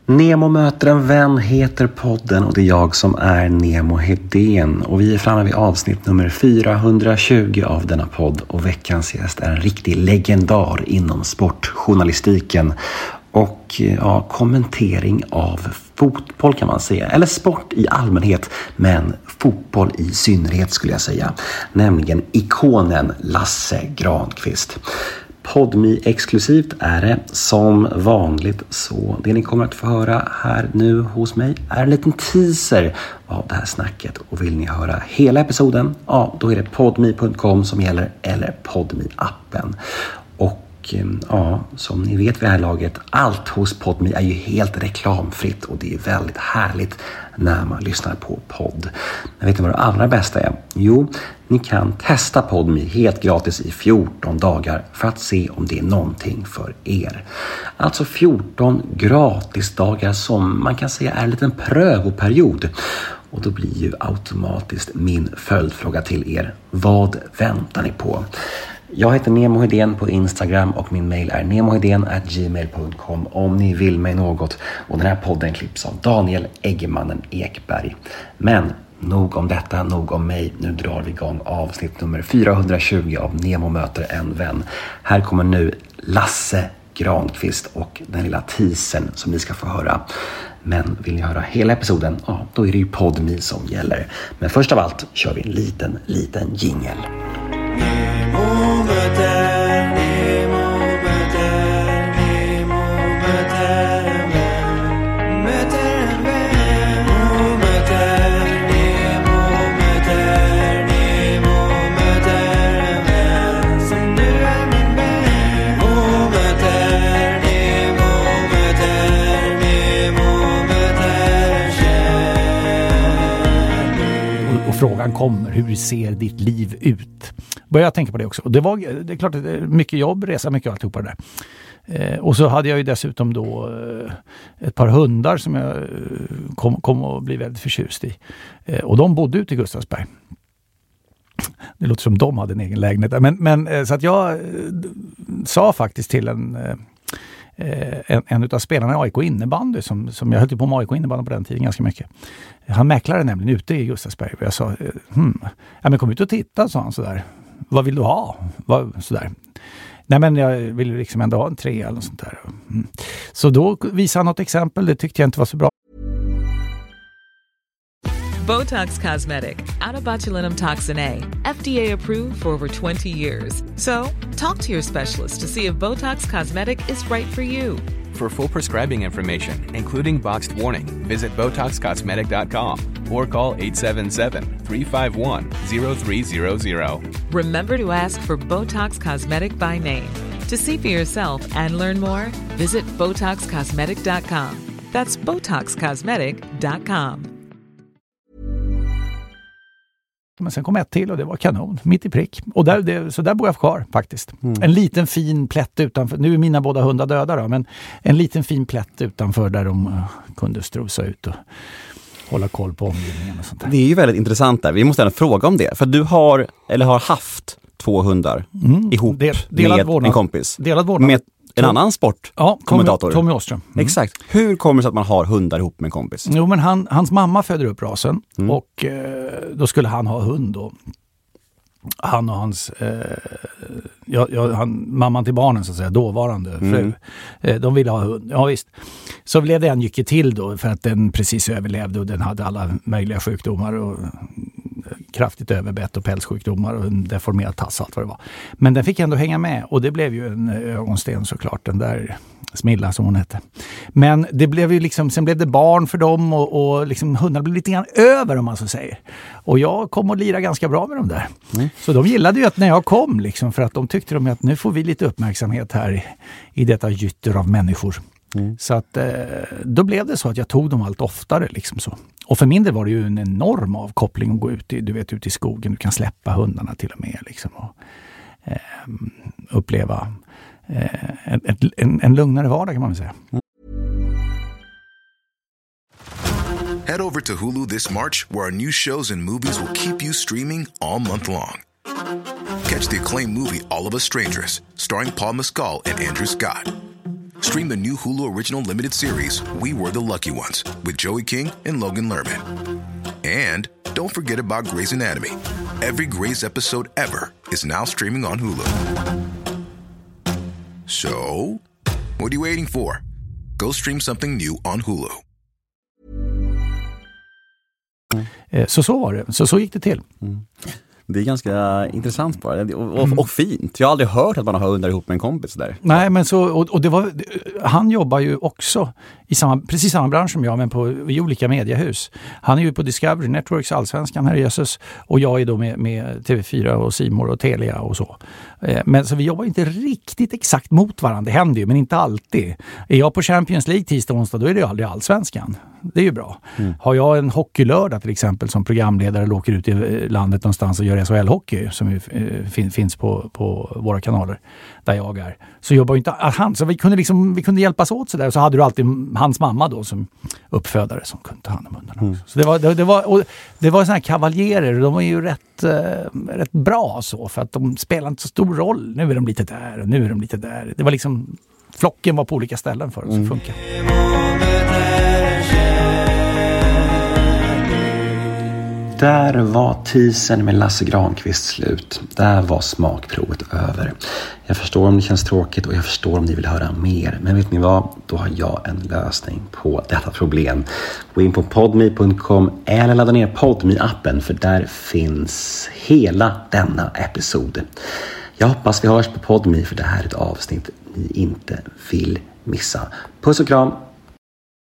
Nemo möter en vän heter podden och det är jag som är Nemo Hedén. Och vi är framme vid avsnitt nummer 420 av denna podd. Och veckans gäst är en riktig legendar inom sportjournalistiken. Och kommentering av fotboll kan man säga. Eller sport i allmänhet, men fotboll i synnerhet skulle jag säga. Nämligen ikonen Lasse Granqvist. Podmi exklusivt är det som vanligt, så det ni kommer att få höra här nu hos mig är en liten teaser av det här snacket. Och vill ni höra hela episoden, då är det podmi.com som gäller eller Podmi-appen. Och som ni vet vid det här laget, allt hos Podmi är ju helt reklamfritt och det är väldigt härligt när man lyssnar på podd. Men vet ni vad det allra bästa är? Jo, ni kan testa Podmi helt gratis i 14 dagar för att se om det är någonting för er. Alltså 14 gratisdagar som man kan säga är en liten prövoperiod. Och då blir ju automatiskt min följdfråga till er: vad väntar ni på? Jag heter Nemo Hedén på Instagram och min mail är nemohedén@gmail.com om ni vill mig något. Och den här podden klipps av Daniel Eggemannen Ekberg. Men nog om detta, nog om mig. Nu drar vi igång avsnitt nummer 420 av Nemo möter en vän. Här kommer nu Lasse Granqvist och den lilla teasern som ni ska få höra. Men vill ni höra hela episoden, då är det ju Podmi som gäller. Men först av allt kör vi en liten jingle. Frågan kommer, hur ser ditt liv ut? Börjar jag tänka på det också. Och det är klart att det är mycket jobb, resa mycket och alltihopa det där. Och så hade jag ju dessutom då ett par hundar som jag kom att bli väldigt förtjust i. Och de bodde ute i Gustavsberg. Det låter som de hade en egen lägenhet. Men så att jag sa faktiskt till en av spelarna i AIK innebandy som jag höll på med AIK innebandy på den tiden ganska mycket. Han mäklade nämligen ute i Gustavsberg och jag sa men kom ut och titta, sa han sådär. Vad vill du ha? Sådär. Nej, men jag vill liksom ändå ha en 3 eller något sånt där. Så då visade han något exempel, det tyckte jag inte var så bra. Botox Cosmetic, out of botulinum toxin A, FDA approved for over 20 years. So, talk to your specialist to see if Botox Cosmetic is right for you. For full prescribing information, including boxed warning, visit BotoxCosmetic.com or call 877-351-0300. Remember to ask for Botox Cosmetic by name. To see for yourself and learn more, visit BotoxCosmetic.com. That's BotoxCosmetic.com. Men sen kom ett till och det var kanon, mitt i prick. Och så där bor jag kvar faktiskt. En liten fin plätt utanför, nu är mina båda hundar döda då, men en liten fin plätt utanför där de kunde strosa ut och hålla koll på omgivningen och sånt där. Det är ju väldigt intressant där, vi måste ändå fråga om det. För du har haft 2 hundar ihop med en kompis. Delad vårdnad. Med en annan sportkommentator. Tommy Åström. Exakt. Hur kommer det sig att man har hundar ihop med en kompis? Jo, men hans mamma föder upp rasen och då skulle han ha hund då. Han och hans mamman till barnen så att säga, dåvarande fru. De ville ha hund. Ja visst. Så blev det en jycke till då för att den precis överlevde och den hade alla möjliga sjukdomar och kraftigt överbett och pälssjukdomar och en deformerad tass och allt vad det var. Men den fick ändå hänga med och det blev ju en ögonsten såklart, den där Smilla som hon hette. Men det blev ju liksom, sen blev det barn för dem och liksom hundarna blev lite grann över om man så säger. Och jag kom och lira ganska bra med dem där. Så de gillade ju att när jag kom liksom, för att de tyckte att nu får vi lite uppmärksamhet här i detta gytter av människor. Så att då blev det så att jag tog dem allt oftare liksom så. Och för min del var det ju en enorm avkoppling att gå ut ut i skogen. Du kan släppa hundarna till och med liksom och uppleva en lugnare vardag kan man väl säga. Head over to Hulu this March, where our new shows and movies will keep you streaming all month long. Catch the acclaimed movie All of Us Strangers, starring Paul Mescal and Andrew Scott. Stream the new Hulu original limited series, We Were the Lucky Ones, with Joey King and Logan Lerman. And don't forget about Grey's Anatomy. Every Grey's episode ever is now streaming on Hulu. So, what are you waiting for? Go stream something new on Hulu. Så var det. Så gick det till. Det är ganska intressant bara. Och fint. Jag har aldrig hört att man har hundar ihop med en kompis där. Nej, men så, och det var, han jobbar ju också i precis samma bransch som jag, men i olika mediehus. Han är ju på Discovery Networks, Allsvenskan här i Jesus, och jag är då med TV4 och C More och Telia och så. Men så vi jobbar inte riktigt exakt mot varandra. Det händer ju, men inte alltid. Är jag på Champions League tisdag och onsdag, då är det ju aldrig Allsvenskan. Det är ju bra. Har jag en hockeylördag till exempel som programledare och åker ut i landet någonstans och gör SHL-hockey som ju finns på våra kanaler där jag är, så jobbar ju inte han. Så vi kunde hjälpas åt så där. Så hade du alltid hans mamma då som uppfödare som kunde ta hand om hundarna. Så det var såna här kavaljerer, de var ju rätt bra så, för att de spelar inte så stor roll. Nu är de lite där och nu är de lite där. Det var liksom, flocken var på olika ställen för oss att funka. Där var teasern med Lasse Granqvist slut. Där var smakprovet över. Jag förstår om det känns tråkigt och jag förstår om ni vill höra mer. Men vet ni vad? Då har jag en lösning på detta problem. Gå in på podme.com eller ladda ner Podme-appen, för där finns hela denna episod. Jag hoppas vi hörs på Podme, för det här är ett avsnitt ni inte vill missa. Puss och kram!